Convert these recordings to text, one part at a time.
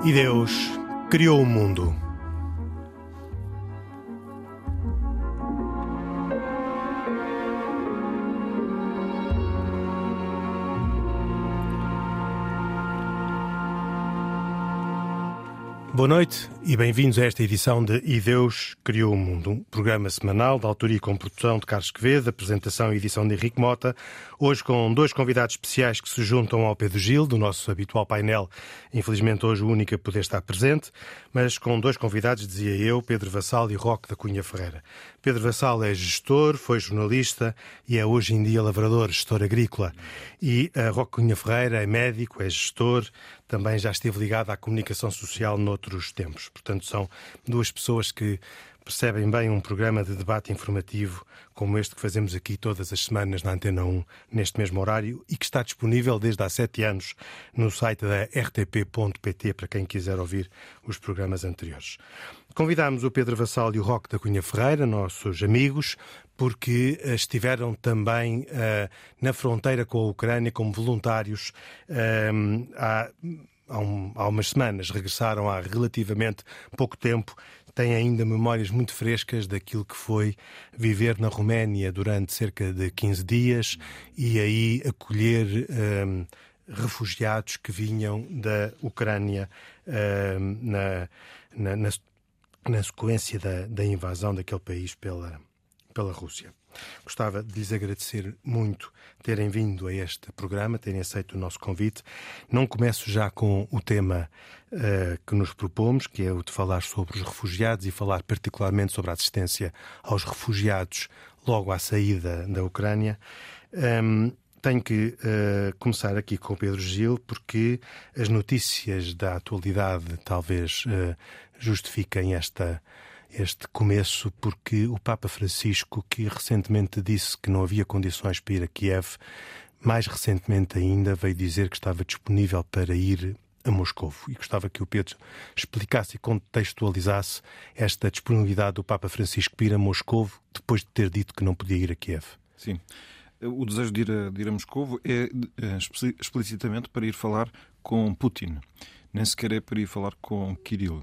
E Deus criou o mundo. Boa noite e bem-vindos a esta edição de E Deus Criou o Mundo, um programa semanal de autoria e com produção de Carlos Quevedo, apresentação e edição de Henrique Mota, hoje com dois convidados especiais que se juntam ao Pedro Gil, do nosso habitual painel, infelizmente hoje o único a poder estar presente, mas com dois convidados, dizia eu, Pedro Vassal e Roque da Cunha Ferreira. Pedro Vassal é gestor, foi jornalista e é hoje em dia lavrador, gestor agrícola. E Roque Cunha Ferreira é médico, é gestor, também já esteve ligado à comunicação social noutros tempos. Portanto, são duas pessoas que percebem bem um programa de debate informativo como este que fazemos aqui todas as semanas na Antena 1, neste mesmo horário, e que está disponível desde há 7 anos no site da rtp.pt para quem quiser ouvir os programas anteriores. Convidámos o Pedro Vassal e o Roque da Cunha Ferreira, nossos amigos, porque estiveram também na fronteira com a Ucrânia como voluntários há umas semanas. Regressaram há relativamente pouco tempo. Têm ainda memórias muito frescas daquilo que foi viver na Roménia durante cerca de 15 dias e aí acolher refugiados que vinham da Ucrânia na sequência da invasão daquele país pela Rússia. Gostava de lhes agradecer muito terem vindo a este programa, terem aceito o nosso convite. Não começo já com o tema que nos propomos, que é o de falar sobre os refugiados e falar particularmente sobre a assistência aos refugiados logo à saída da Ucrânia. Tenho que começar aqui com o Pedro Gil, porque as notícias da atualidade talvez justifiquem este começo, porque o Papa Francisco, que recentemente disse que não havia condições para ir a Kiev, mais recentemente ainda veio dizer que estava disponível para ir a Moscovo. E gostava que o Pedro explicasse e contextualizasse esta disponibilidade do Papa Francisco para ir a Moscovo depois de ter dito que não podia ir a Kiev. Sim. O desejo de ir a Moscovo é explicitamente para ir falar com Putin. Nem sequer é para ir falar com Kirill.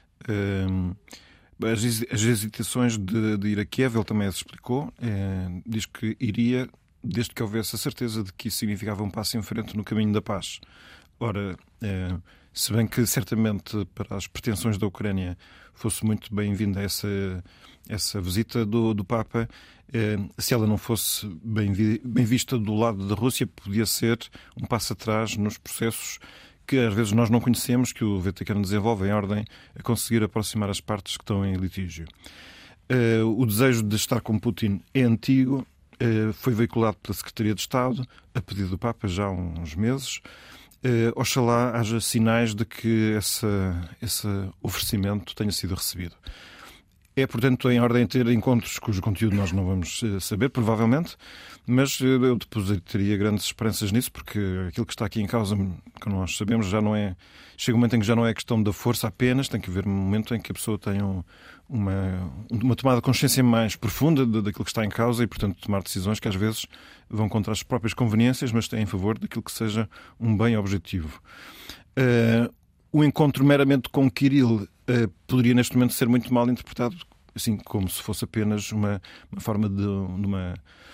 As hesitações de ir a Kiev, ele também as explicou. Diz que iria desde que houvesse a certeza de que isso significava um passo em frente no caminho da paz. Ora, se bem que certamente para as pretensões da Ucrânia fosse muito bem-vinda essa visita do Papa, se ela não fosse bem vista do lado da Rússia, podia ser um passo atrás nos processos que às vezes nós não conhecemos, que o Vaticano desenvolve em ordem a conseguir aproximar as partes que estão em litígio. O desejo de estar com Putin é antigo, foi veiculado pela Secretaria de Estado, a pedido do Papa já há uns meses. Oxalá haja sinais de que esse oferecimento tenha sido recebido. É, portanto, em ordem a ter encontros cujo conteúdo nós não vamos saber, provavelmente, mas eu depositaria grandes esperanças nisso, porque aquilo que está aqui em causa, que nós sabemos, já não é... Chega um momento em que já não é questão da força apenas, tem que haver um momento em que a pessoa tenha uma tomada de consciência mais profunda daquilo que está em causa e, portanto, tomar decisões que às vezes vão contra as próprias conveniências, mas têm em favor daquilo que seja um bem objetivo. O encontro meramente com Kirill poderia neste momento ser muito mal interpretado, assim como se fosse apenas uma forma de uma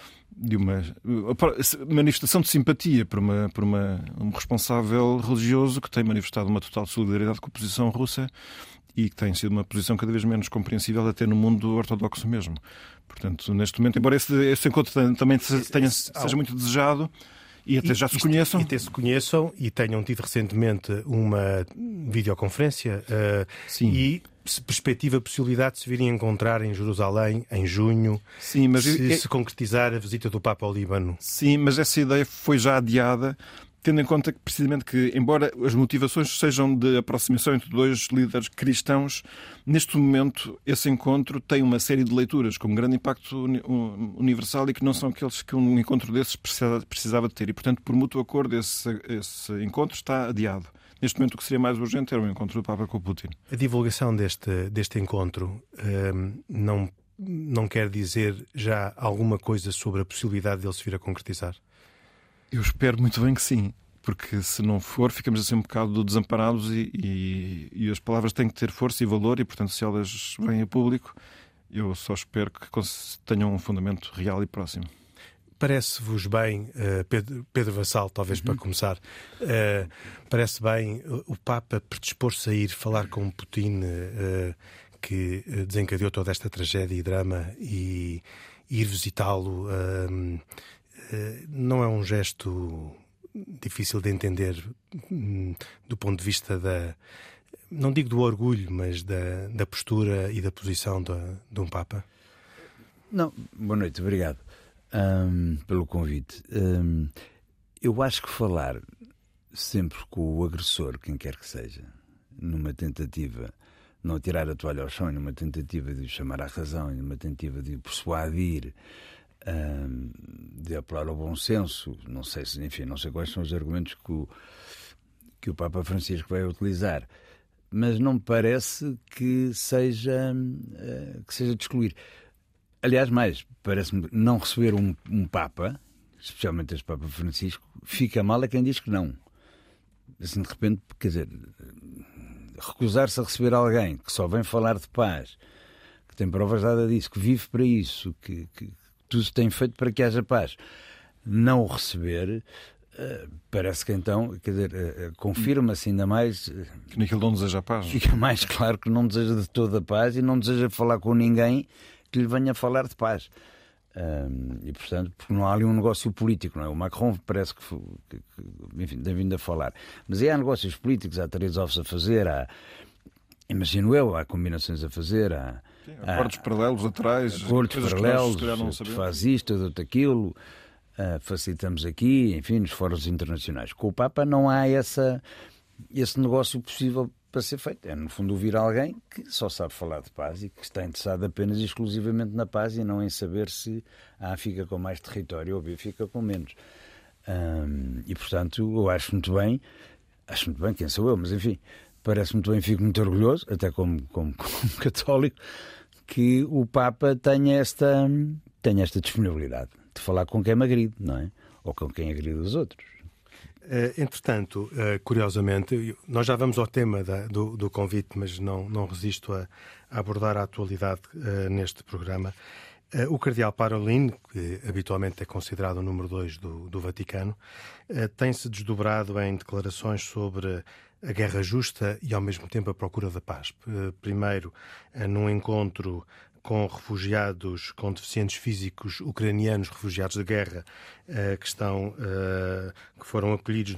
manifestação de simpatia por um responsável religioso que tem manifestado uma total solidariedade com a posição russa e que tem sido uma posição cada vez menos compreensível até no mundo ortodoxo mesmo. Portanto, neste momento, embora esse encontro também seja muito desejado, e até já se conheçam. E até se conheçam e tenham tido recentemente uma videoconferência e se perspectiva a possibilidade de se virem encontrar em Jerusalém em junho, sim, mas se concretizar a visita do Papa ao Líbano. Sim, mas essa ideia foi já adiada, tendo em conta que, precisamente, que, embora as motivações sejam de aproximação entre dois líderes cristãos, neste momento esse encontro tem uma série de leituras com um grande impacto universal e que não são aqueles que um encontro desses precisava de ter. E, portanto, por mútuo acordo, esse encontro está adiado. Neste momento o que seria mais urgente era o encontro do Papa com o Putin. A divulgação deste encontro não quer dizer já alguma coisa sobre a possibilidade dele se vir a concretizar? Eu espero muito bem que sim. porque se não for, ficamos assim um bocado desamparados e as palavras têm que ter força e valor e, portanto, se elas vêm a público, eu só espero que tenham um fundamento real e próximo. Parece-vos bem, Pedro Vassal, talvez para começar, parece bem o Papa predispor-se a ir falar com Putin, que desencadeou toda esta tragédia e drama, e ir visitá-lo? Não é um gesto difícil de entender do ponto de vista não digo do orgulho, mas da postura e da posição de um Papa? Não, boa noite, obrigado pelo convite. Eu acho que falar sempre com o agressor, quem quer que seja, numa tentativa, não tirar a toalha ao chão, numa tentativa de o chamar à razão, numa tentativa de o persuadir, de apelar ao bom senso, não sei quais são os argumentos que o Papa Francisco vai utilizar, mas não me parece que seja de excluir. Aliás, parece-me não receber um Papa, especialmente este Papa Francisco, fica mal a quem diz que não. Assim, de repente, quer dizer, recusar-se a receber alguém que só vem falar de paz, que tem provas nada disso, que vive para isso, que tudo se tem feito para que haja paz, não o receber, parece que então, quer dizer, confirma-se ainda mais que naquilo não deseja a paz. Fica mais claro que não deseja de toda a paz e não deseja falar com ninguém que lhe venha falar de paz. E portanto, porque não há ali um negócio político, não é? O Macron parece que enfim, tem vindo a falar, mas há negócios políticos, há trade-offs a fazer, imagino eu, há combinações a fazer, há acordos paralelos atrás, acordos paralelos, faz isto, outro aquilo, facilitamos aqui, enfim, nos fóruns internacionais. Com o Papa não há esse negócio possível para ser feito. É, no fundo, ouvir alguém que só sabe falar de paz e que está interessado apenas e exclusivamente na paz e não em saber se A fica com mais território ou B fica com menos. E, portanto, eu acho muito bem, quem sou eu, mas enfim, parece muito bem, fico muito orgulhoso, até como católico, que o Papa tenha esta disponibilidade de falar com quem me agride, não é? Ou com quem agride os outros. Entretanto, curiosamente, nós já vamos ao tema do convite, mas não resisto a abordar a atualidade neste programa. O cardeal Parolin, que habitualmente é considerado o número 2 do Vaticano, tem-se desdobrado em declarações sobre a guerra justa e, ao mesmo tempo, a procura da paz. Primeiro, num encontro com refugiados com deficientes físicos ucranianos, refugiados de guerra, que foram acolhidos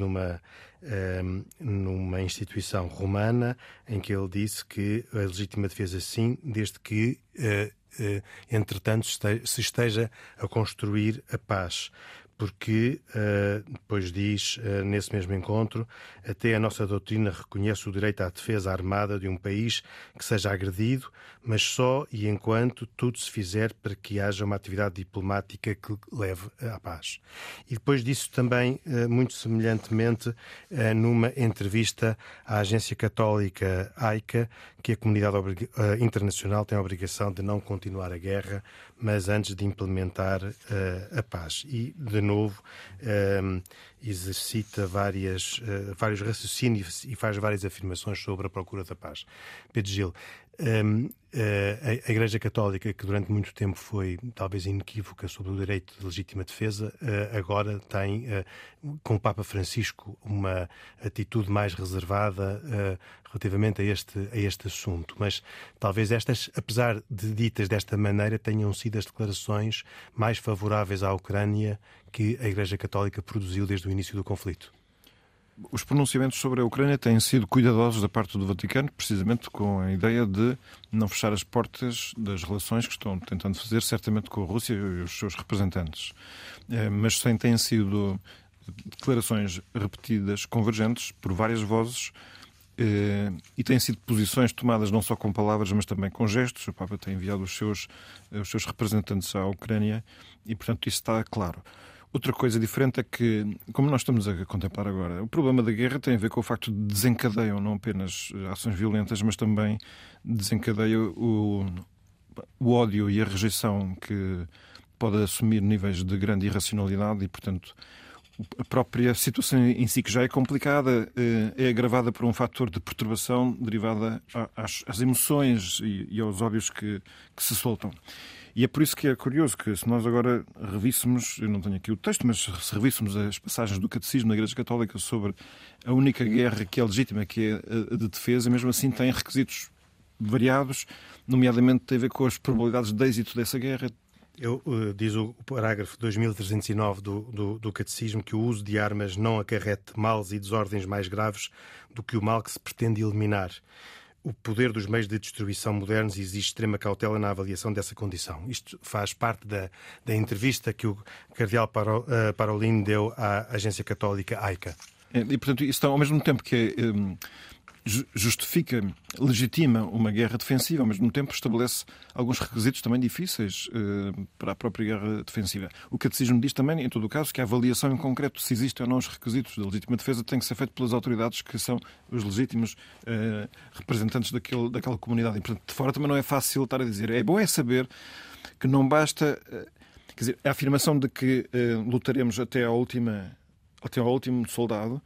numa instituição romana, em que ele disse que a legítima defesa sim, desde que, entretanto, se esteja a construir a paz. Porque, depois diz, nesse mesmo encontro, até a nossa doutrina reconhece o direito à defesa armada de um país que seja agredido, mas só e enquanto tudo se fizer para que haja uma atividade diplomática que leve à paz. E depois disso também, muito semelhantemente, numa entrevista à agência católica AICA, que a comunidade internacional tem a obrigação de não continuar a guerra, mas antes de implementar a paz. E, de novo, exercita vários raciocínios e faz várias afirmações sobre a procura da paz. Pedro Gil, a Igreja Católica, que durante muito tempo foi talvez inequívoca sobre o direito de legítima defesa, agora tem, com o Papa Francisco, uma atitude mais reservada relativamente a este assunto. Mas talvez estas, apesar de ditas desta maneira, tenham sido as declarações mais favoráveis à Ucrânia que a Igreja Católica produziu desde o início do conflito. Os pronunciamentos sobre a Ucrânia têm sido cuidadosos da parte do Vaticano, precisamente com a ideia de não fechar as portas das relações que estão tentando fazer, certamente com a Rússia e os seus representantes. Mas têm sido declarações repetidas, convergentes, por várias vozes, e têm sido posições tomadas não só com palavras, mas também com gestos. O Papa tem enviado os seus representantes à Ucrânia e, portanto, isso está claro. Outra coisa diferente é que, como nós estamos a contemplar agora, o problema da guerra tem a ver com o facto de desencadeiam não apenas ações violentas, mas também desencadeiam o ódio e a rejeição que pode assumir níveis de grande irracionalidade e, portanto, a própria situação em si, que já é complicada, é agravada por um fator de perturbação derivada às emoções e aos ódios que se soltam. E é por isso que é curioso que, se nós agora revíssemos, eu não tenho aqui o texto, mas se revíssemos as passagens do Catecismo da Igreja Católica sobre a única guerra que é legítima, que é a de defesa, mesmo assim tem requisitos variados, nomeadamente tem a ver com as probabilidades de êxito dessa guerra. Diz o parágrafo 2309 do Catecismo que o uso de armas não acarrete males e desordens mais graves do que o mal que se pretende eliminar. O poder dos meios de destruição modernos exige extrema cautela na avaliação dessa condição. Isto faz parte da entrevista que o cardeal Parolin deu à agência católica AICA. E, portanto, isso ao mesmo tempo que justifica, legitima uma guerra defensiva, ao mesmo tempo estabelece alguns requisitos também difíceis para a própria guerra defensiva. O Catecismo diz também, em todo o caso, que a avaliação em concreto se existem ou não os requisitos da legítima defesa tem que ser feita pelas autoridades que são os legítimos representantes daquela comunidade. E, portanto, de fora também não é fácil estar a dizer. É bom é saber que não basta... Quer dizer, a afirmação de que lutaremos até ao último soldado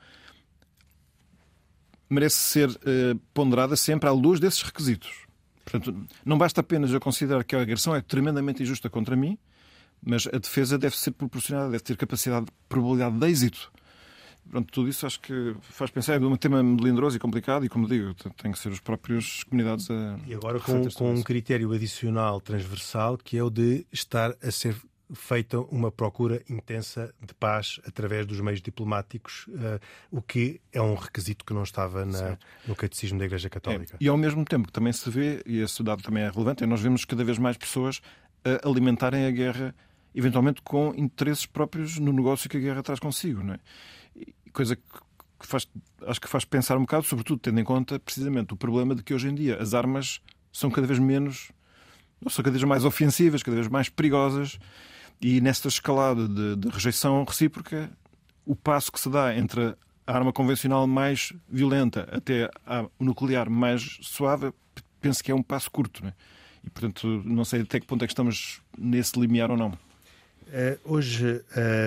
merece ser ponderada sempre à luz desses requisitos. Portanto, não basta apenas eu considerar que a agressão é tremendamente injusta contra mim, mas a defesa deve ser proporcionada, deve ter capacidade de probabilidade de êxito. Pronto, tudo isso acho que faz pensar. É um tema melindroso e complicado e, como digo, tem que ser os próprios comunidades a... E agora com um critério adicional transversal, que é o de estar a ser feita uma procura intensa de paz através dos meios diplomáticos, o que é um requisito que não estava no Catecismo da Igreja Católica. E ao mesmo tempo que também se vê, e esse dado também é relevante, nós vemos cada vez mais pessoas a alimentarem a guerra, eventualmente com interesses próprios no negócio que a guerra traz consigo, não é? Coisa que acho que faz pensar um bocado, sobretudo tendo em conta precisamente o problema de que hoje em dia as armas são cada vez menos, são cada vez mais ofensivas, cada vez mais perigosas. E nesta escalada de rejeição recíproca, o passo que se dá entre a arma convencional mais violenta até o nuclear mais suave, penso que é um passo curto, não é? E, portanto, não sei até que ponto é que estamos nesse limiar ou não. Hoje,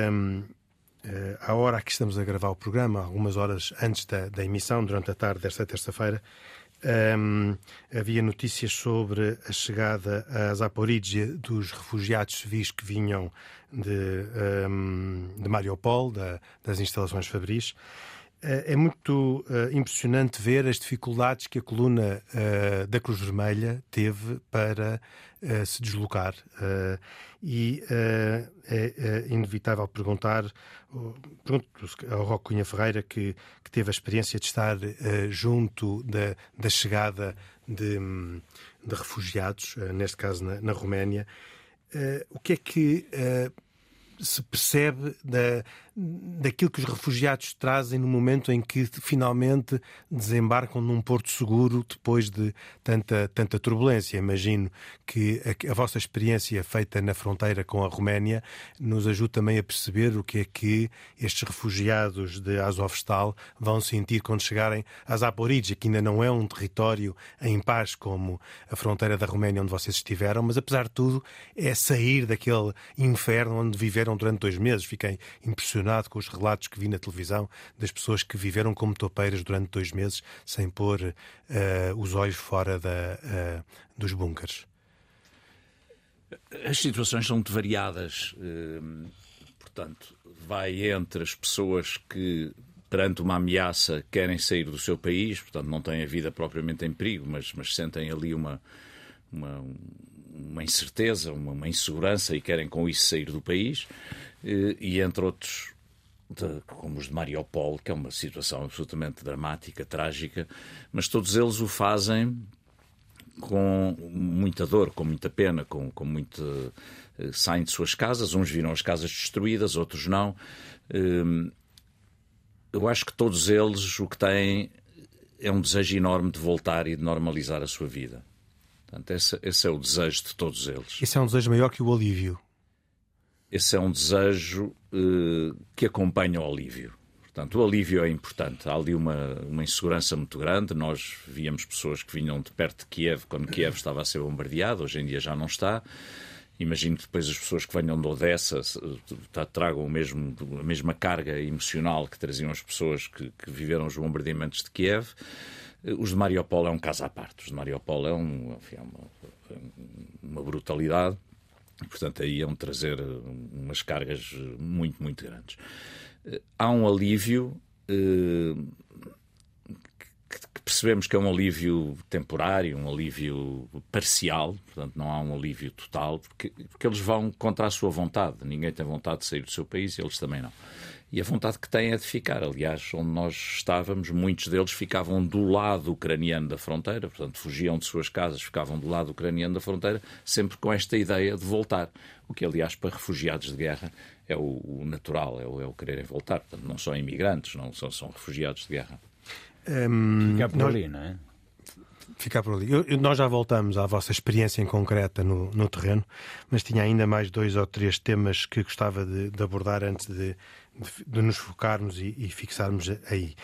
à hora que estamos a gravar o programa, algumas horas antes da emissão, durante a tarde desta terça-feira, havia notícias sobre a chegada a Zaporíjia dos refugiados civis que vinham de Mariupol, das instalações fabris. É muito impressionante ver as dificuldades que a coluna da Cruz Vermelha teve para se deslocar. E é inevitável pergunto ao Roque Cunha Ferreira, que teve a experiência de estar junto da chegada de refugiados, neste caso na Roménia. O que é que se percebe daquilo que os refugiados trazem no momento em que finalmente desembarcam num porto seguro depois de tanta turbulência? Imagino que a vossa experiência feita na fronteira com a Roménia nos ajude também a perceber o que é que estes refugiados de Azovstal vão sentir quando chegarem a Zaporíjia, que ainda não é um território em paz como a fronteira da Roménia onde vocês estiveram, mas apesar de tudo é sair daquele inferno onde viveram durante 2 meses. Fiquei impressionado com os relatos que vi na televisão das pessoas que viveram como topeiras durante 2 meses sem pôr os olhos fora dos bunkers. As situações são muito variadas. Portanto, vai entre as pessoas que, perante uma ameaça, querem sair do seu país, portanto não têm a vida propriamente em perigo, mas sentem ali uma incerteza, uma insegurança e querem com isso sair do país, e entre outros, como os de Mariupol, que é uma situação absolutamente dramática, trágica, mas todos eles o fazem com muita dor, com muita pena, com muito... saem de suas casas, uns viram as casas destruídas, outros não. Eu acho que todos eles o que têm é um desejo enorme de voltar e de normalizar a sua vida. Portanto, esse é o desejo de todos eles. Esse é um desejo maior que o alívio? Esse é um desejo que acompanha o alívio. Portanto, o alívio é importante. Há ali uma insegurança muito grande. Nós víamos pessoas que vinham de perto de Kiev, quando Kiev estava a ser bombardeado. Hoje em dia já não está. Imagino que depois as pessoas que venham de Odessa tragam a mesma carga emocional que traziam as pessoas que viveram os bombardeamentos de Kiev. Os de Mariupol é um caso à parte. Os de Mariupol é uma brutalidade. Portanto, aí iam trazer umas cargas muito, muito grandes. Há um alívio que percebemos que é um alívio temporário, um alívio parcial, portanto não há um alívio total, porque eles vão contra a sua vontade. Ninguém tem vontade de sair do seu país e eles também não. E a vontade que têm é de ficar. Aliás, onde nós estávamos, muitos deles ficavam do lado ucraniano da fronteira, portanto fugiam de suas casas, ficavam do lado ucraniano da fronteira, sempre com esta ideia de voltar. O que, aliás, para refugiados de guerra é o natural, é o quererem voltar. Portanto, não são imigrantes, não são refugiados de guerra. Ficar por ali, não é? Ficar por ali. Nós já voltamos à vossa experiência em concreta no terreno, mas tinha ainda mais 2 ou 3 temas que gostava de abordar antes de nos focarmos e fixarmos aí.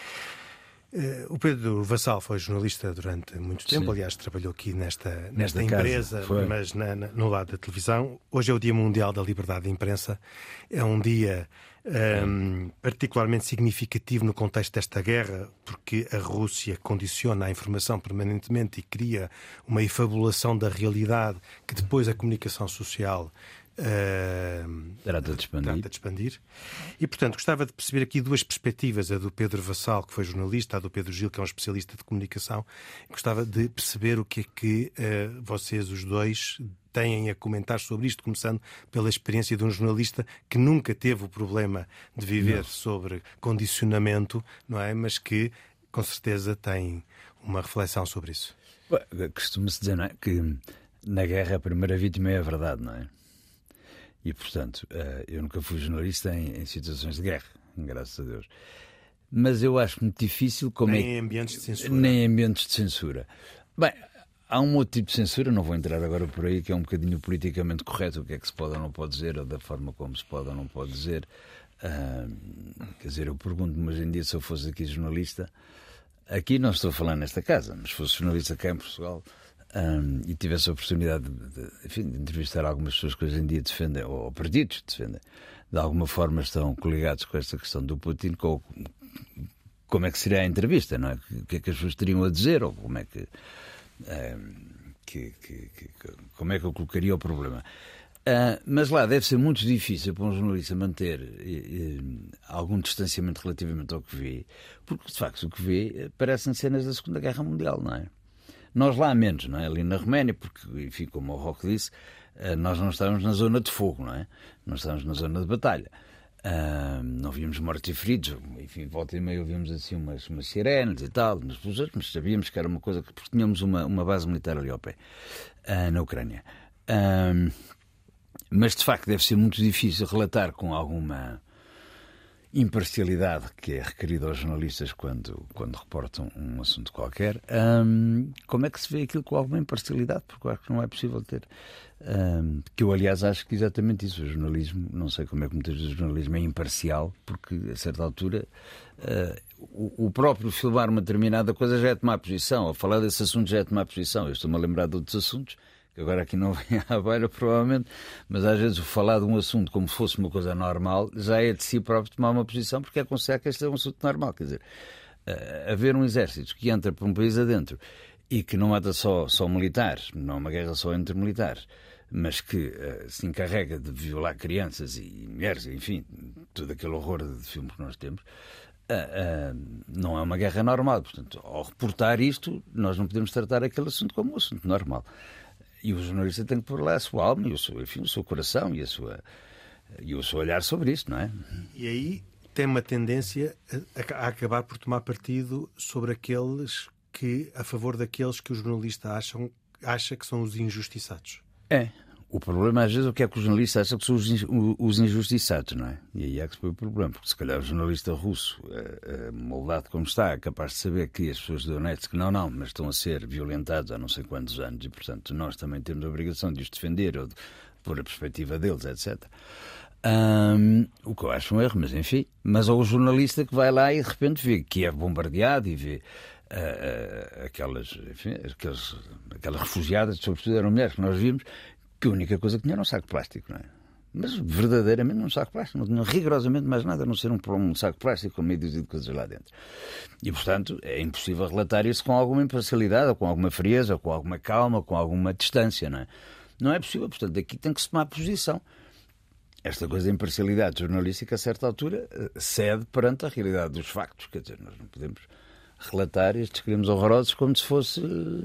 O Pedro Vassal foi jornalista durante muito tempo. Sim. Aliás, trabalhou aqui nesta empresa, mas no lado da televisão. Hoje é o Dia Mundial da Liberdade de Imprensa. É um dia particularmente significativo no contexto desta guerra, porque a Rússia condiciona a informação permanentemente e cria uma efabulação da realidade que depois a comunicação social trata de expandir. E, portanto, gostava de perceber aqui 2 perspectivas, a do Pedro Vassal, que foi jornalista, a do Pedro Gil, que é um especialista de comunicação. Gostava de perceber o que é que vocês, os dois, têm a comentar sobre isto, começando pela experiência de um jornalista que nunca teve o problema de viver sobre condicionamento, não é? Mas que, com certeza, tem uma reflexão sobre isso. Costuma-se dizer, não é? Que na guerra a primeira vítima é a verdade, não é? E, portanto, eu nunca fui jornalista em situações de guerra, graças a Deus. Mas eu acho muito difícil... Nem em ambientes de censura. Nem em ambientes de censura. Bem, há um outro tipo de censura, não vou entrar agora por aí, que é um bocadinho politicamente correto, o que é que se pode ou não pode dizer, ou da forma como se pode ou não pode dizer. Quer dizer, eu pergunto-me hoje em dia, se eu fosse aqui jornalista, aqui não estou a falar nesta casa, mas se fosse jornalista cá em Portugal... e tivesse a oportunidade de entrevistar algumas pessoas que hoje em dia defendem, ou partidos que defendem, de alguma forma estão coligados com esta questão do Putin, como é que seria a entrevista, não é? O que é que as pessoas teriam a dizer, ou como é como é que eu colocaria o problema. Mas lá deve ser muito difícil para um jornalista manter algum distanciamento relativamente ao que vê, porque de facto o que vê parecem cenas da Segunda Guerra Mundial, não é? Nós lá menos, não é? Ali na Roménia, porque, enfim, como o Roque disse, nós não estávamos na zona de fogo, não é? Nós estávamos na zona de batalha. Não víamos mortos e feridos, enfim, volta e meia ouvíamos assim umas sirenes e tal, mas sabíamos que era uma coisa, porque tínhamos uma base militar ali ao pé, na Ucrânia. Mas, de facto, deve ser muito difícil relatar com alguma imparcialidade que é requerida aos jornalistas quando reportam um assunto qualquer. Como é que se vê aquilo com alguma imparcialidade? Porque eu acho que não é possível ter. Que eu, aliás, acho que exatamente isso. O jornalismo, não sei como é que muitas vezes o jornalismo é imparcial, porque a certa altura o próprio filmar uma determinada coisa já é tomar posição, ou falar desse assunto já é tomar posição. Eu estou-me a lembrar de outros assuntos que agora aqui não vem à beira, provavelmente, mas às vezes o falar de um assunto como se fosse uma coisa normal já é de si próprio tomar uma posição, porque é considerar que este é um assunto normal. Quer dizer, haver um exército que entra por um país adentro e que não mata só militares, não é uma guerra só entre militares, mas que se encarrega de violar crianças e mulheres, enfim, todo aquele horror de filme que nós temos, não é uma guerra normal. Portanto, ao reportar isto, nós não podemos tratar aquele assunto como um assunto normal. E o jornalista tem que pôr lá a sua alma e o seu coração e o seu olhar sobre isto, não é? E aí tem uma tendência a acabar por tomar partido sobre aqueles que, a favor daqueles que o jornalista acha que são os injustiçados. É. O problema, às vezes, é o que é que o jornalista acha que são os injustiçados, não é? E aí é que se põe o problema, porque se calhar o jornalista russo, moldado como está, é capaz de saber que as pessoas do Donetsk não, mas estão a ser violentados há não sei quantos anos e, portanto, nós também temos a obrigação de os defender ou de pôr a perspectiva deles, etc. O que eu acho um erro, mas enfim. Mas ou o jornalista que vai lá e de repente vê que é bombardeado e vê aquelas refugiadas, sobretudo eram mulheres que nós vimos, que a única coisa que tinha era um saco de plástico, não é? Mas verdadeiramente um saco de plástico, não tinha rigorosamente mais nada a não ser um saco de plástico com meio dúzia de coisas lá dentro. E, portanto, é impossível relatar isso com alguma imparcialidade, ou com alguma frieza, ou com alguma calma, ou com alguma distância, não é? Não é possível, portanto, aqui tem que se tomar posição. Esta coisa da imparcialidade jornalística, a certa altura, cede perante a realidade dos factos. Quer dizer, nós não podemos relatar estes crimes horrorosos como se fosse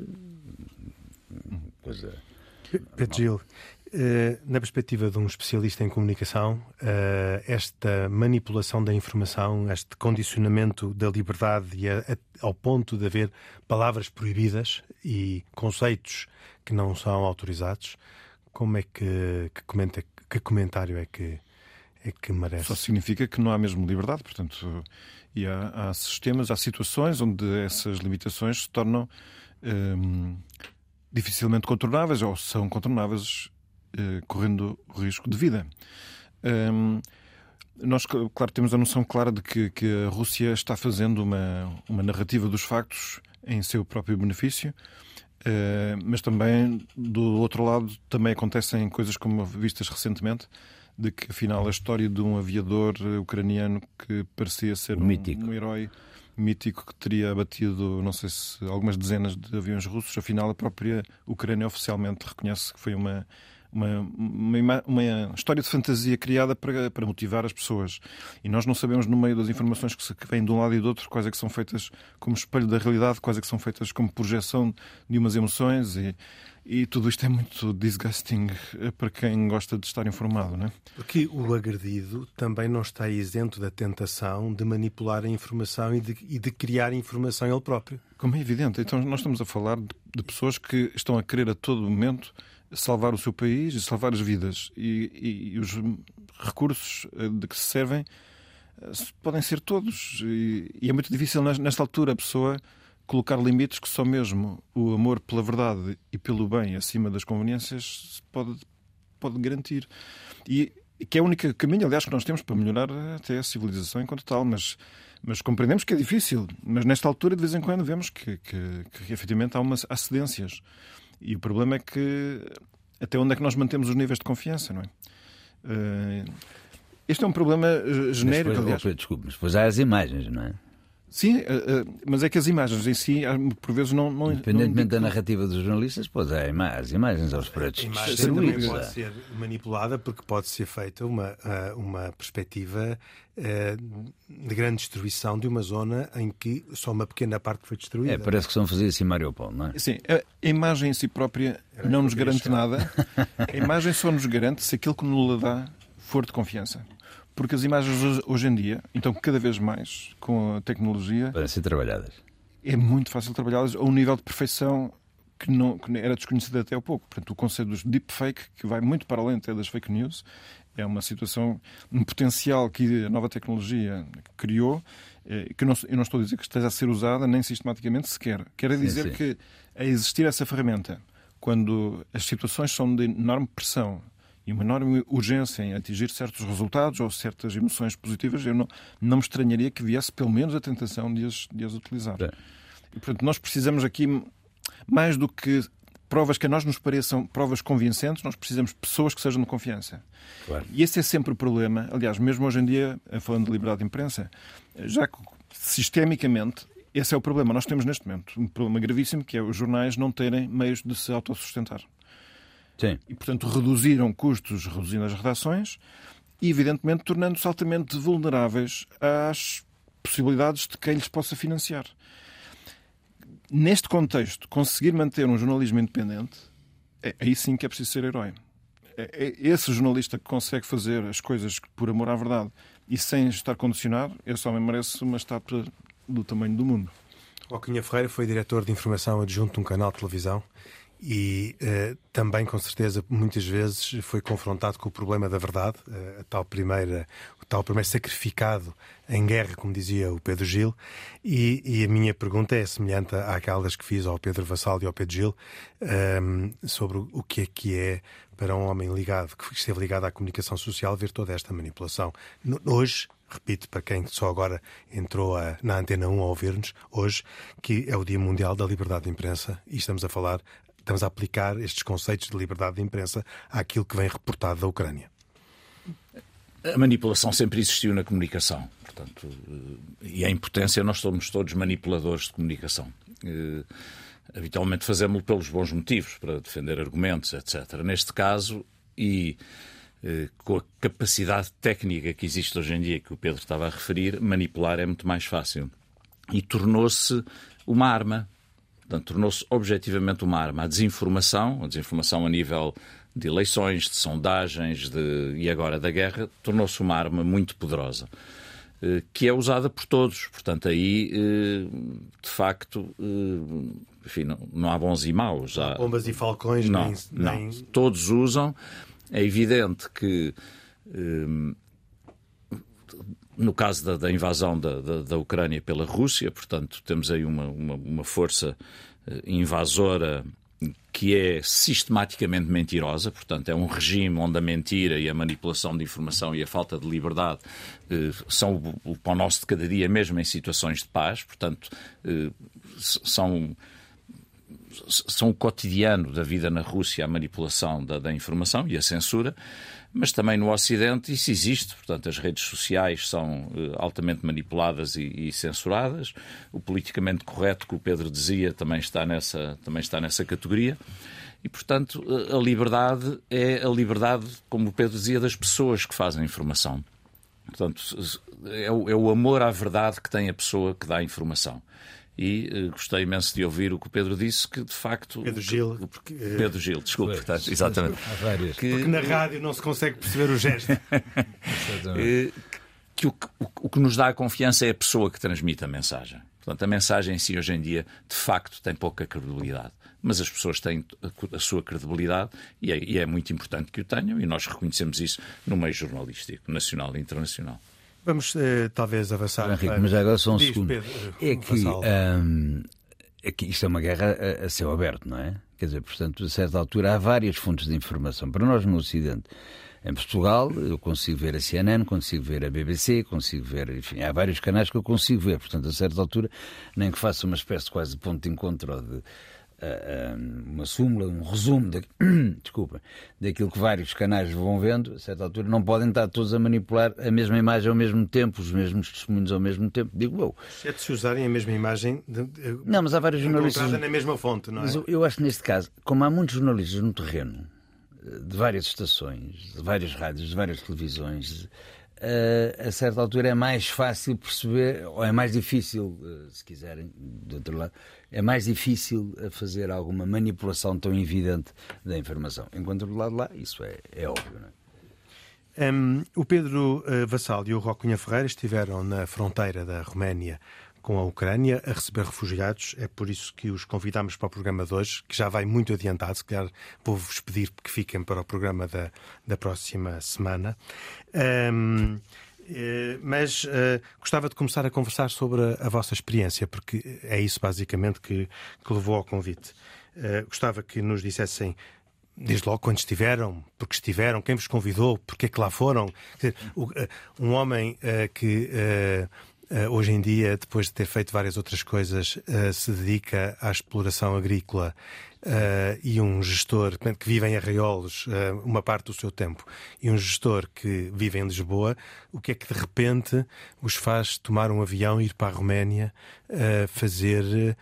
coisa... Pedro Gil, na perspectiva de um especialista em comunicação, esta manipulação da informação, este condicionamento da liberdade e ao ponto de haver palavras proibidas e conceitos que não são autorizados, como é que comentário é que merece? Só significa que não há mesmo liberdade, portanto, e há sistemas, há situações onde essas limitações se tornam dificilmente contornáveis ou são contornáveis correndo risco de vida. Nós, claro, temos a noção clara de que a Rússia está fazendo uma narrativa dos factos em seu próprio benefício, mas também, do outro lado, também acontecem coisas como vistas recentemente, de que, afinal, a história de um aviador ucraniano que parecia ser um herói mítico que teria abatido, não sei se algumas dezenas de aviões russos, afinal a própria Ucrânia oficialmente reconhece que foi uma história de fantasia criada para motivar as pessoas. E nós não sabemos, no meio das informações que vêm de um lado e do outro, quais é que são feitas como espelho da realidade, quais é que são feitas como projeção de umas emoções, e tudo isto é muito disgusting para quem gosta de estar informado, não é? Porque o agredido também não está isento da tentação de manipular a informação e de criar informação ele próprio. Como é evidente. Então nós estamos a falar de pessoas que estão a querer a todo momento salvar o seu país e salvar as vidas. E os recursos de que se servem podem ser todos. E é muito difícil, nesta altura, a pessoa colocar limites que só mesmo o amor pela verdade e pelo bem acima das conveniências pode garantir. E que é o único caminho, aliás, que nós temos para melhorar até a civilização enquanto tal. Mas compreendemos que é difícil. Mas nesta altura, de vez em quando, vemos que efetivamente há cedências. E o problema é que até onde é que nós mantemos os níveis de confiança, não é? Este é um problema genérico, aliás. Desculpe, mas depois há as imagens, não é? Sim, mas é que as imagens em si, por vezes, não... Independentemente da narrativa dos jornalistas, pois há as imagens aos pretos. A imagem também pode ser manipulada porque pode ser feita uma perspectiva de grande destruição de uma zona em que só uma pequena parte foi destruída. Parece que são fazer assim Mariupol, não é? Sim, a imagem em si própria não nos garante nada. A imagem só nos garante se aquilo que nos dá for de confiança. Porque as imagens hoje em dia, então cada vez mais com a tecnologia, podem ser trabalhadas. É muito fácil trabalhá-las a um nível de perfeição que era desconhecido até há pouco. Portanto, o conceito dos deepfake, que vai muito para além até das fake news, é uma situação, um potencial que a nova tecnologia criou, que eu não estou a dizer que esteja a ser usada nem sistematicamente sequer. Quero dizer que a existir essa ferramenta, quando as situações são de enorme pressão e uma enorme urgência em atingir certos resultados ou certas emoções positivas, eu não me estranharia que viesse pelo menos a tentação de as utilizar. E, portanto, nós precisamos aqui, mais do que provas que a nós nos pareçam provas convincentes, nós precisamos de pessoas que sejam de confiança. Claro. E esse é sempre o problema. Aliás, mesmo hoje em dia, falando de liberdade de imprensa, já que sistemicamente esse é o problema. Nós temos neste momento um problema gravíssimo, que é os jornais não terem meios de se autossustentar. Sim. E, portanto, reduziram custos, reduzindo as redações e, evidentemente, tornando-se altamente vulneráveis às possibilidades de quem lhes possa financiar. Neste contexto, conseguir manter um jornalismo independente, aí sim que é preciso ser herói. É esse jornalista que consegue fazer as coisas por amor à verdade e sem estar condicionado, esse homem merece uma estátua do tamanho do mundo. Joaquim Ferreira foi diretor de informação adjunto de um canal de televisão. E também, com certeza, muitas vezes foi confrontado com o problema da verdade, o tal primeiro sacrificado em guerra, como dizia o Pedro Gil. E a minha pergunta é semelhante àquelas que fiz ao Pedro Vassal e ao Pedro Gil, sobre o que é para um homem ligado, que esteve ligado à comunicação social, ver toda esta manipulação. Hoje, repito, para quem só agora entrou na Antena 1 a ouvir-nos, hoje, que é o Dia Mundial da Liberdade de Imprensa, e estamos a falar estamos a aplicar estes conceitos de liberdade de imprensa àquilo que vem reportado da Ucrânia. A manipulação sempre existiu na comunicação. Portanto, e em potência nós somos todos manipuladores de comunicação. Habitualmente fazemos-lo pelos bons motivos, para defender argumentos, etc. Neste caso, e com a capacidade técnica que existe hoje em dia, que o Pedro estava a referir, manipular é muito mais fácil. E tornou-se uma arma. Portanto, tornou-se objetivamente uma arma. A desinformação a nível de eleições, de sondagens e agora da guerra, tornou-se uma arma muito poderosa, que é usada por todos. Portanto, aí, de facto, enfim, não há bons e maus. Há bombas e falcões, não. Todos usam. É evidente que, no caso da invasão da Ucrânia pela Rússia, portanto, temos aí uma força invasora que é sistematicamente mentirosa, portanto, é um regime onde a mentira e a manipulação de informação e a falta de liberdade são o pão nosso de cada dia, mesmo em situações de paz, portanto, são o cotidiano da vida na Rússia, a manipulação da informação e a censura, mas também no Ocidente isso existe. Portanto, as redes sociais são altamente manipuladas e censuradas. O politicamente correto, que o Pedro dizia, também está nessa categoria. E, portanto, a liberdade é a liberdade, como o Pedro dizia, das pessoas que fazem informação. Portanto, é o amor à verdade que tem a pessoa que dá a informação. E gostei imenso de ouvir o que o Pedro disse, que de facto... Pedro Gil, desculpe, portanto, exatamente. Porque na rádio não se consegue perceber o gesto. Que o que nos dá a confiança é a pessoa que transmite a mensagem. Portanto, a mensagem em si, hoje em dia, de facto, tem pouca credibilidade. Mas as pessoas têm a sua credibilidade e é muito importante que o tenham, e nós reconhecemos isso no meio jornalístico, nacional e internacional. Vamos talvez avançar. Henrique, mas agora só um segundo. Pedro, é que isto é uma guerra a céu aberto, não é? Quer dizer, portanto, a certa altura há várias fontes de informação. Para nós no Ocidente, em Portugal, eu consigo ver a CNN, consigo ver a BBC, consigo ver, enfim, há vários canais que eu consigo ver. Portanto, a certa altura, nem que faça uma espécie de quase de ponto de encontro ou de uma súmula, um resumo daquilo que vários canais vão vendo, a certa altura não podem estar todos a manipular a mesma imagem ao mesmo tempo, os mesmos testemunhos ao mesmo tempo. Digo eu. É de se usarem a mesma imagem não, mas há vários jornalistas na mesma fonte, não é? Mas eu acho que neste caso, como há muitos jornalistas no terreno, de várias estações, de várias rádios, de várias televisões, a certa altura é mais fácil perceber, ou é mais difícil, se quiserem, do outro lado, é mais difícil fazer alguma manipulação tão evidente da informação. Enquanto do lado de lá, isso é óbvio, não é? O Pedro Vassal e o Roque Cunha Ferreira estiveram na fronteira da Roménia com a Ucrânia a receber refugiados. É por isso que os convidámos para o programa de hoje, que já vai muito adiantado. Se calhar vou-vos pedir que fiquem para o programa da próxima semana. Mas gostava de começar a conversar sobre a vossa experiência, porque é isso basicamente que levou ao convite. Gostava que nos dissessem, desde logo, quando estiveram, porque estiveram, quem vos convidou, porque é que lá foram. Quer dizer, um homem que hoje em dia, depois de ter feito várias outras coisas, se dedica à exploração agrícola, e um gestor que vive em Arraiolos uma parte do seu tempo, e um gestor que vive em Lisboa, o que é que de repente os faz tomar um avião e ir para a Roménia fazer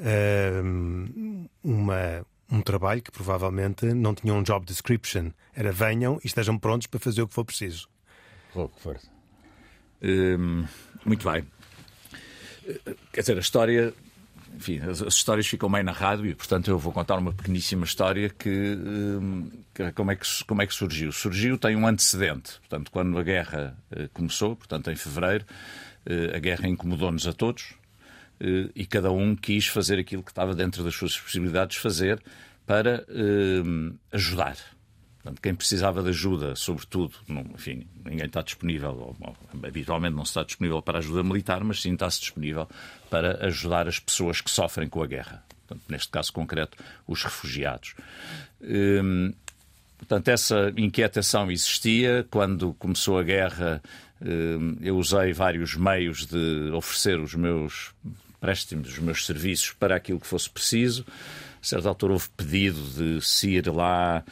um trabalho que provavelmente não tinha um job description? Era venham e estejam prontos para fazer o que for preciso. Força. Muito bem. Quer dizer, a história... Enfim, as histórias ficam meio na rádio e, portanto, eu vou contar uma pequeníssima história que como é que surgiu. Surgiu, tem um antecedente. Portanto, quando a guerra começou, portanto, em fevereiro, a guerra incomodou-nos a todos e cada um quis fazer aquilo que estava dentro das suas possibilidades de fazer para ajudar. Portanto, quem precisava de ajuda, sobretudo, enfim, ninguém está disponível, ou habitualmente não se está disponível para ajuda militar, mas sim está-se disponível para ajudar as pessoas que sofrem com a guerra. Portanto, neste caso concreto, os refugiados. Portanto, essa inquietação existia. Quando começou a guerra, eu usei vários meios de oferecer os meus préstimos, os meus serviços para aquilo que fosse preciso. A certa altura houve pedido de se ir lá,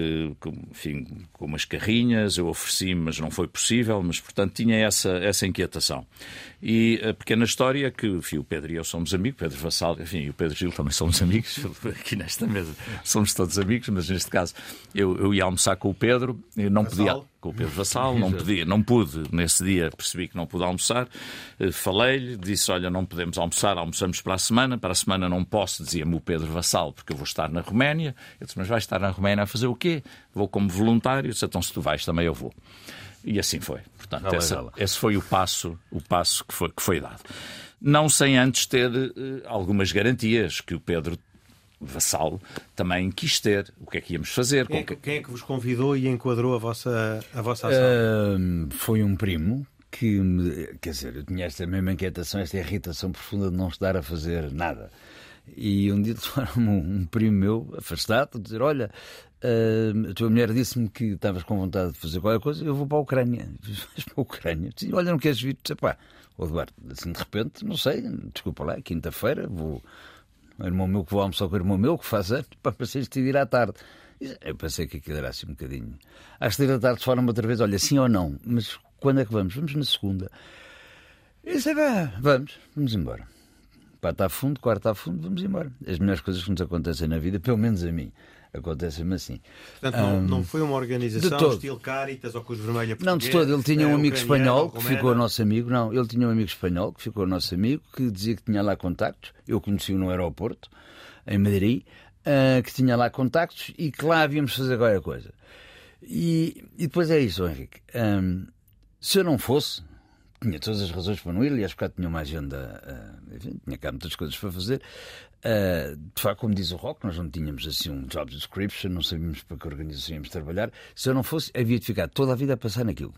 com umas carrinhas, eu ofereci-me, mas não foi possível, mas portanto tinha essa inquietação. E a pequena história é que, enfim, o Pedro e eu somos amigos, Pedro Vassal, enfim, e o Pedro Gil também somos amigos, aqui nesta mesa somos todos amigos, mas neste caso eu ia almoçar com o Pedro, eu não podia, com o Pedro Vassal, não pude, nesse dia percebi que não pude almoçar, falei-lhe, disse, olha, não podemos almoçar, almoçamos para a semana não posso, dizia-me o Pedro Vassal, porque eu vou estar na Roménia. Eu disse, mas vais estar na Roménia a fazer o quê? Vou como voluntário. Eu disse, então se tu vais também eu vou. E assim foi. Portanto, esse foi o passo que foi dado. Não sem antes ter algumas garantias que o Pedro Vassal também quis ter. O que é que íamos fazer? Quem é que vos convidou e enquadrou a vossa ação? Foi um primo que, quer dizer, eu tinha esta mesma inquietação, esta irritação profunda de não estar a fazer nada. E um dia telefonou-me um primo meu, afastado, a dizer, olha, a tua mulher disse-me que estavas com vontade de fazer qualquer coisa, eu vou para a Ucrânia. Vais para a Ucrânia? Disse, olha, não queres vir? Disse, pá, Eduardo, assim de repente, não sei, desculpa lá, quinta-feira, vou... O irmão meu que vou almoçar com o irmão meu, que faz anos, para pensei de ir à tarde. Eu pensei que aquilo era assim um bocadinho. Às 3 da tarde falaram-me outra vez, olha, sim ou não, mas quando é que vamos? Vamos na segunda. Eu disse, vamos embora. Pá, está a fundo, quarto está a fundo, vamos embora. As melhores coisas que nos acontecem na vida, pelo menos a mim, acontecem-me assim. Portanto, não foi uma organização estilo Caritas ou Cruz Vermelha Portuguesa? Não, de todo. Ele tinha um amigo espanhol que ficou nosso amigo. Não, ele tinha um amigo espanhol que ficou nosso amigo, que dizia que tinha lá contactos. Eu conheci-o no aeroporto, em Madrid, que tinha lá contactos e que lá havíamos fazer qualquer coisa. E depois é isso, Henrique. Se eu não fosse, tinha todas as razões para não ir, aliás, porque tinha uma agenda, enfim, tinha cá muitas coisas para fazer. De facto, como diz o Roque, nós não tínhamos assim um job description, não sabíamos para que organização íamos trabalhar. Se eu não fosse, havia de ficar toda a vida a passar naquilo.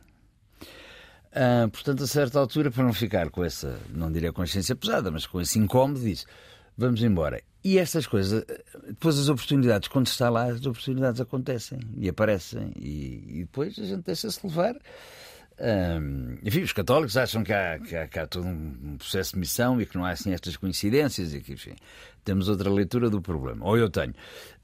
Portanto, a certa altura, para não ficar com essa, não diria consciência pesada, mas com esse incómodo, disse, vamos embora. E estas coisas, depois as oportunidades, quando se está lá, as oportunidades acontecem e aparecem e depois a gente deixa-se levar. Enfim, os católicos acham que há todo um processo de missão e que não há assim estas coincidências e que, enfim, temos outra leitura do problema, ou eu tenho.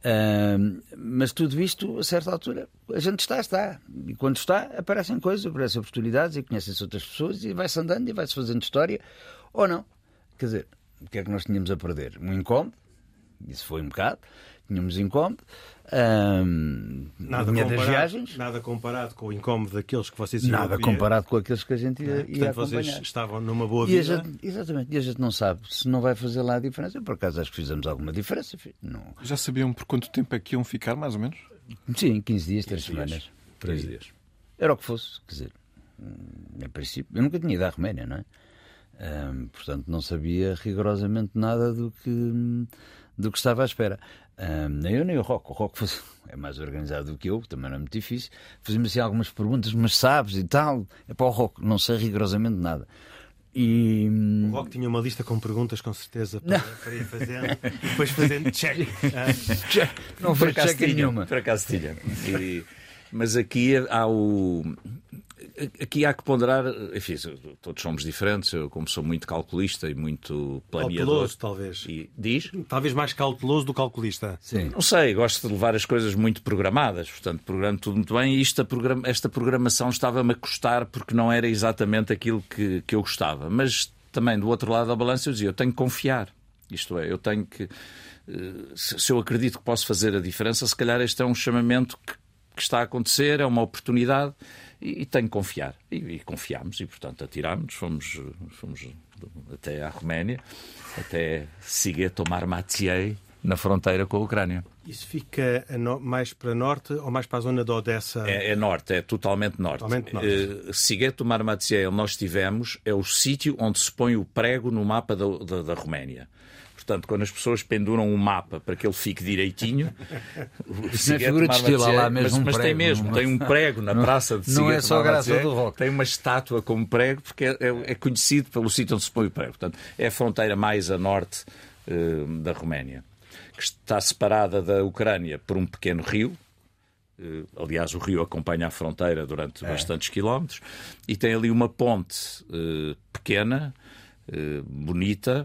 Mas tudo isto, a certa altura, a gente está. E quando está, aparecem coisas, aparecem oportunidades e conhecem-se outras pessoas e vai-se andando e vai-se fazendo história, ou não. Quer dizer, o que é que nós tínhamos a perder? Um incómodo, isso foi um bocado, tínhamos incómodo. Das viagens. Nada comparado com o incómodo daqueles que vocês iam Nada comparado com aqueles que a gente ia portanto, acompanhar. Vocês estavam numa boa vida. Exatamente. E a gente não sabe se não vai fazer lá a diferença. Eu, por acaso, acho que fizemos alguma diferença. Não... Já sabiam por quanto tempo é que iam ficar, mais ou menos? Sim, 15 dias, 3 semanas. 15 dias. Era o que fosse. Quer dizer, em princípio, eu nunca tinha ido à Roménia, não é? Portanto, não sabia rigorosamente nada do que estava à espera. Nem eu nem o Roque. O Roque é mais organizado do que eu, também não é muito difícil. Fazíamos assim algumas perguntas, mas sabes e tal. É para o Roque, não sei rigorosamente nada. O Roque tinha uma lista com perguntas, com certeza, para ir fazendo e depois fazendo check. Não foi check nenhuma. Por acaso tinha. Mas aqui há que ponderar, enfim, todos somos diferentes, eu como sou muito calculista e muito planeador. Cauteloso, talvez. Diz? Talvez mais cauteloso do calculista. Sim. Não sei, gosto de levar as coisas muito programadas, portanto, programo tudo muito bem e esta programação estava-me a custar porque não era exatamente aquilo que eu gostava. Mas também, do outro lado da balança, eu dizia, eu tenho que confiar. Isto é, eu tenho que... Se eu acredito que posso fazer a diferença, se calhar este é um chamamento que está a acontecer, é uma oportunidade e tenho que confiar. E confiámos e, portanto, atirámos, fomos até à Roménia, até Sigheto-Marmației, na fronteira com a Ucrânia. Isso fica mais para norte ou mais para a zona de Odessa? É norte, é totalmente norte. Sigheto-Marmației, onde nós estivemos, é o sítio onde se põe o prego no mapa da Roménia. Portanto, quando as pessoas penduram um mapa para que ele fique direitinho, na figura de estilo, lá mesmo mas tem mesmo, tem um prego na praça de Sigheto. Não é só graça do Roque. Tem uma estátua como prego, porque é conhecido pelo sítio onde se põe o prego. Portanto, é a fronteira mais a norte da Roménia, que está separada da Ucrânia por um pequeno rio. Aliás, o rio acompanha a fronteira durante bastantes quilómetros e tem ali uma ponte pequena, bonita,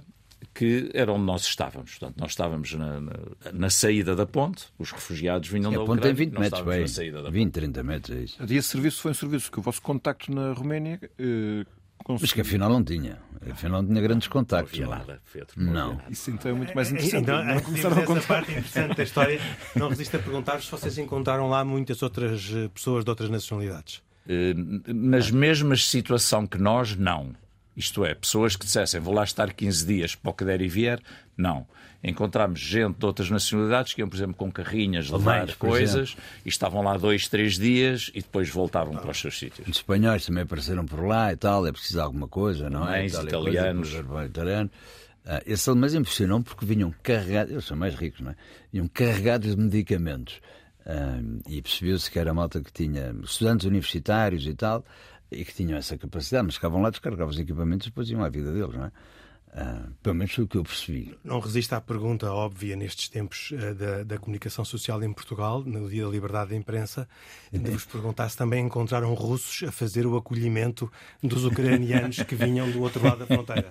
que era onde nós estávamos. Portanto, nós estávamos na saída da ponte, os refugiados vinham da Ucrânia. A ponte tem 20 metros, bem, na saída da 20, 30 metros, é isso. E esse serviço foi um serviço que o vosso contacto na Roménia Mas que afinal não tinha. Afinal não tinha grandes contactos. Não havia nada, Pedro. Não. Isso então é muito mais interessante. Então, Não começaram a essa contar. parte interessante da história, não resisto a perguntar-vos se vocês encontraram lá muitas outras pessoas de outras nacionalidades. Nas mesmas situação que nós, não. Isto é, pessoas que dissessem vou lá estar 15 dias para o que der e vier, não. Encontramos gente de outras nacionalidades que iam, por exemplo, com carrinhas levar coisas e estavam lá 2, 3 dias e depois voltavam para os seus sítios. Os espanhóis também apareceram por lá e tal, é preciso alguma coisa, não é? Alemães, italianos. Esses alemães impressionam porque vinham carregados, eles são mais ricos, não é? Vinham carregados de medicamentos. E percebeu-se que era a malta que tinha estudantes universitários e tal, e que tinham essa capacidade, mas ficavam lá, descarregavam os equipamentos e depois iam à vida deles, não é? Pelo menos foi o que eu percebi. Não resiste à pergunta óbvia nestes tempos da comunicação social em Portugal, no Dia da Liberdade da Imprensa, de vos perguntar se também encontraram russos a fazer o acolhimento dos ucranianos que vinham do outro lado da fronteira.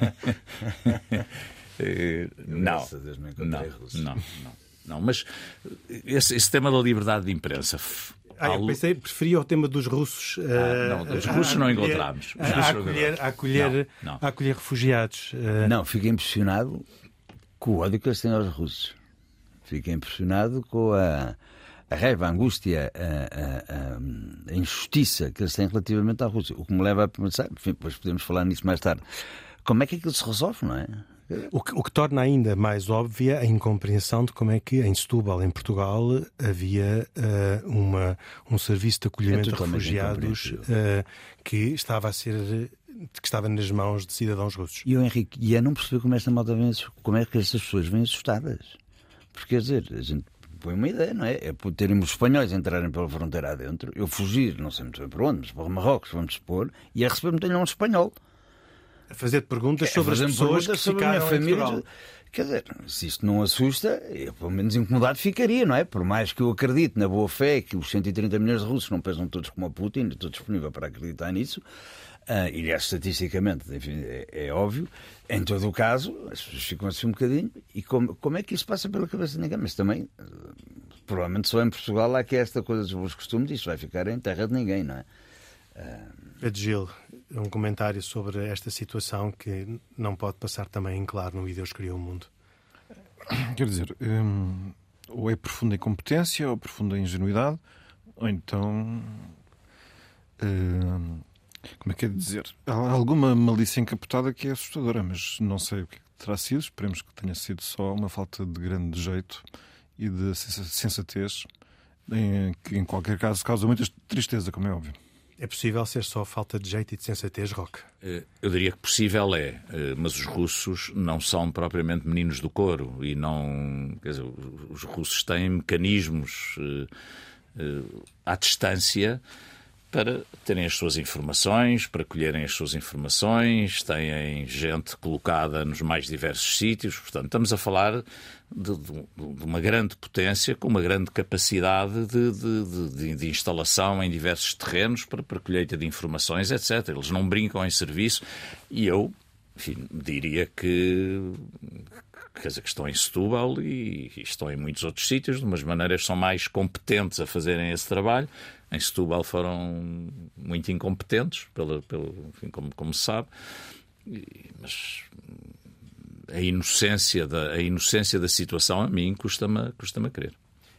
Não, mas esse tema da liberdade de imprensa... eu pensei, preferia o tema dos russos. Não, dos russos não encontramos. A acolher refugiados. Não, fiquei impressionado com o ódio que eles têm aos russos. Fiquei impressionado com a raiva, a angústia, a injustiça que eles têm relativamente à Rússia. O que me leva a pensar, enfim, depois podemos falar nisso mais tarde, como é que aquilo se resolve, não é? O que torna ainda mais óbvia a incompreensão de como é que em Setúbal, em Portugal, havia um serviço de acolhimento de refugiados que estava nas mãos de cidadãos russos. E o Henrique, e eu não percebi como esta malta vem, como é que estas pessoas vêm assustadas. Porque, quer dizer, a gente põe uma ideia, não é? É por terem os espanhóis entrarem pela fronteira adentro, eu fugir, não sei muito bem para onde, mas para Marrocos, vamos supor, e a receber-me tenham um espanhol. A fazer perguntas sobre as pessoas que ficaram em Portugal. Quer dizer, se isto não assusta, eu pelo menos incomodado ficaria, não é? Por mais que eu acredite na boa fé que os 130 milhões de russos não pesam todos como a Putin, estou disponível para acreditar nisso, e estatisticamente, enfim, é óbvio. Em todo o caso, as pessoas ficam assim um bocadinho, e como é que isso passa pela cabeça de ninguém? Mas também, provavelmente só em Portugal há que esta coisa dos bons costumes, isto vai ficar em terra de ninguém, não é? Pedro Gil, um comentário sobre esta situação que não pode passar também em claro no E Deus Criou o Mundo. Quer dizer, ou é profunda incompetência, ou profunda ingenuidade, ou então, como é que é de dizer? Há alguma malícia encapotada que é assustadora, mas não sei o que terá sido. Esperemos que tenha sido só uma falta de grande jeito e de sensatez, que em qualquer caso causa muita tristeza, como é óbvio. É possível ser só falta de jeito e de sensatez, Roque? Eu diria que possível é, mas os russos não são propriamente meninos do coro e não, quer dizer, os russos têm mecanismos à distância para terem as suas informações, para colherem as suas informações, têm gente colocada nos mais diversos sítios. Portanto, estamos a falar de uma grande potência com uma grande capacidade de instalação em diversos terrenos para colheita de informações, etc. Eles não brincam em serviço e eu, enfim, diria que estão em Setúbal e estão em muitos outros sítios, de umas maneiras são mais competentes a fazerem esse trabalho. Em Setúbal foram muito incompetentes, enfim, como se sabe, mas a inocência da situação a mim custa-me a crer.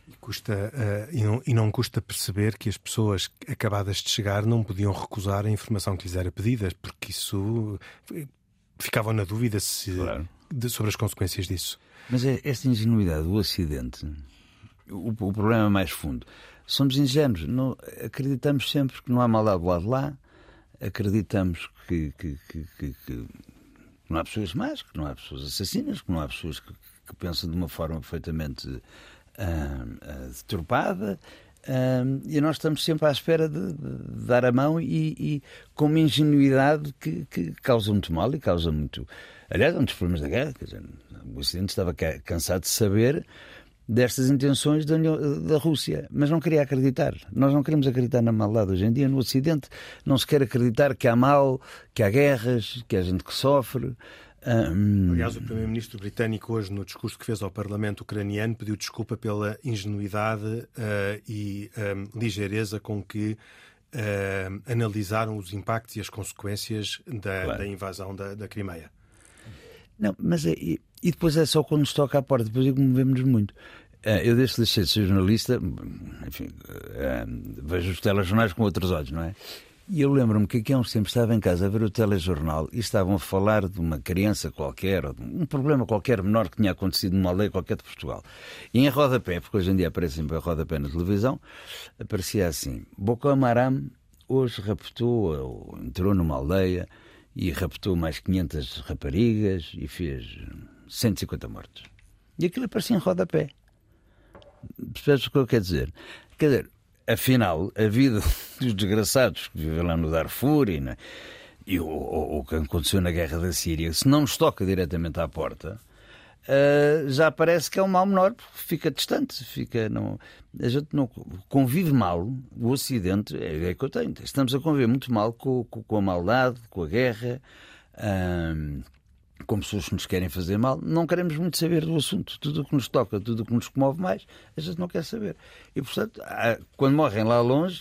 E não custa perceber que as pessoas acabadas de chegar não podiam recusar a informação que lhes era pedida, porque isso ficavam na dúvida sobre as consequências disso. Mas esta ingenuidade do acidente, o problema mais fundo, somos ingênuos, acreditamos sempre que não há maldade do lado de lá, acreditamos que não há pessoas más, que não há pessoas assassinas, que não há pessoas que pensam de uma forma perfeitamente deturpada, e nós estamos sempre à espera de dar a mão e com uma ingenuidade que causa muito mal e causa muito... Aliás, é um dos problemas da guerra. Quer dizer, o Ocidente estava cansado de saber destas intenções da Rússia, mas não queria acreditar. Nós não queremos acreditar na maldade. Hoje em dia, no Ocidente, não se quer acreditar que há mal, que há guerras, que há gente que sofre. Aliás, o primeiro-ministro britânico hoje, no discurso que fez ao Parlamento ucraniano, pediu desculpa pela ingenuidade e ligeireza com que analisaram os impactos e as consequências da invasão da Crimeia. Não, mas e depois é só quando nos toca à porta, depois movemos muito. Eu desde que deixei de ser jornalista, enfim, vejo os telejornais com outros olhos, não é? E eu lembro-me que aqui há uns tempos estava em casa a ver o telejornal e estavam a falar de uma criança qualquer, ou de um problema qualquer menor que tinha acontecido numa aldeia qualquer de Portugal. E em rodapé, porque hoje em dia aparece sempre a rodapé na televisão, aparecia assim: Boko Haram hoje entrou numa aldeia e raptou mais 500 raparigas e fez 150 mortos. E aquilo aparecia em rodapé. Percebes o que eu quero dizer? Quer dizer, afinal, a vida dos desgraçados que vivem lá no Darfur e o que aconteceu na guerra da Síria, se não nos toca diretamente à porta, já parece que é um mal menor, porque fica distante, a gente não convive mal. O Ocidente, é que eu tenho, estamos a conviver muito mal com a maldade, com a guerra, com pessoas que nos querem fazer mal. Não queremos muito saber do assunto. Tudo o que nos toca, tudo o que nos comove mais, a gente não quer saber. E, portanto, quando morrem lá longe,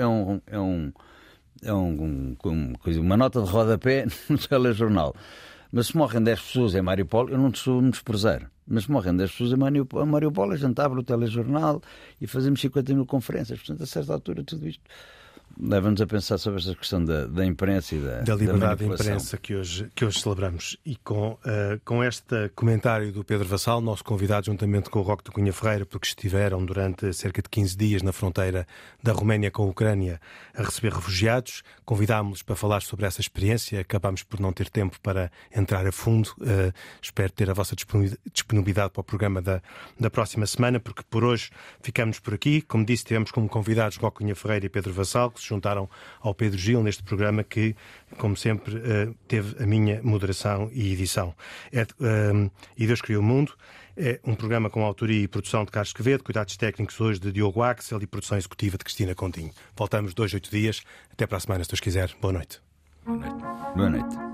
uma nota de rodapé no telejornal. Mas se morrem 10 pessoas em Mariupol, eu não estou a me desprezar. Mas se morrem 10 pessoas em Mariupol, a gente abre o telejornal e fazemos 50 mil conferências. Portanto, a certa altura, tudo isto leva-nos a pensar sobre esta questão da imprensa e da liberdade de imprensa que hoje celebramos. E com este comentário do Pedro Vassal, nosso convidado, juntamente com o Roque de Cunha Ferreira, porque estiveram durante cerca de 15 dias na fronteira da Roménia com a Ucrânia a receber refugiados, convidámos-los para falar sobre essa experiência. Acabámos por não ter tempo para entrar a fundo. Espero ter a vossa disponibilidade para o programa da próxima semana, porque por hoje ficamos por aqui. Como disse, tivemos como convidados Roque Cunha Ferreira e Pedro Vassal, que se juntaram ao Pedro Gil neste programa que, como sempre, teve a minha moderação e edição. E Deus Criou o Mundo é um programa com autoria e produção de Carlos Quevedo, cuidados técnicos hoje de Diogo Axel e produção executiva de Cristina Continho. Voltamos 2 a 8 dias. Até para a semana, se Deus quiser. Boa noite. Boa noite.